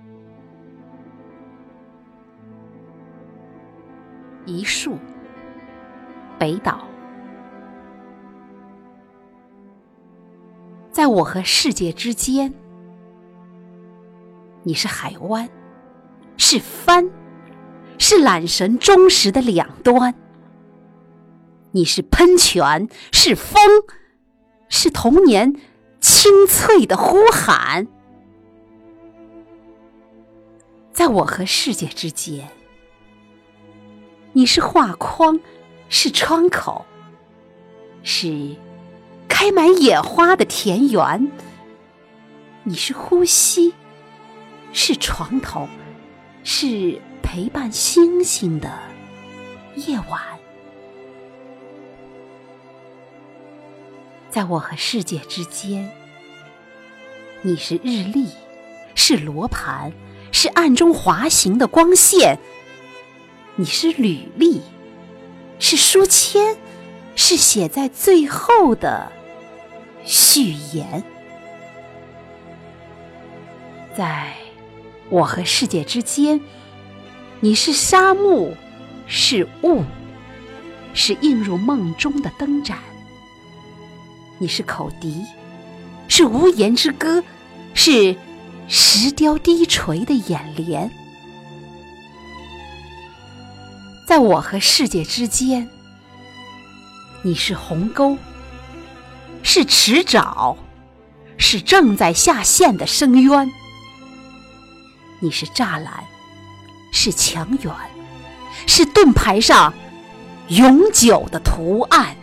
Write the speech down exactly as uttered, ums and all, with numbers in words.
一树，北岛。在我和世界之间，你是海湾，是帆，是缆绳忠实的两端。你是喷泉，是风，是童年清脆的呼喊。在我和世界之间，你是画框，是窗口，是开满野花的田园。你是呼吸，是床头，是陪伴星星的夜晚。在我和世界之间，你是日历，是罗盘，是暗中滑行的光线。你是履历，是书签，是写在最后的序言。在我和世界之间，你是沙漠，是雾，是映入梦中的灯盏。你是口笛，是无言之歌，是石雕低垂的眼帘。在我和世界之间，你是鸿沟，是池沼，是正在下陷的深渊。你是栅栏，是墙垣，是盾牌上永久的图案。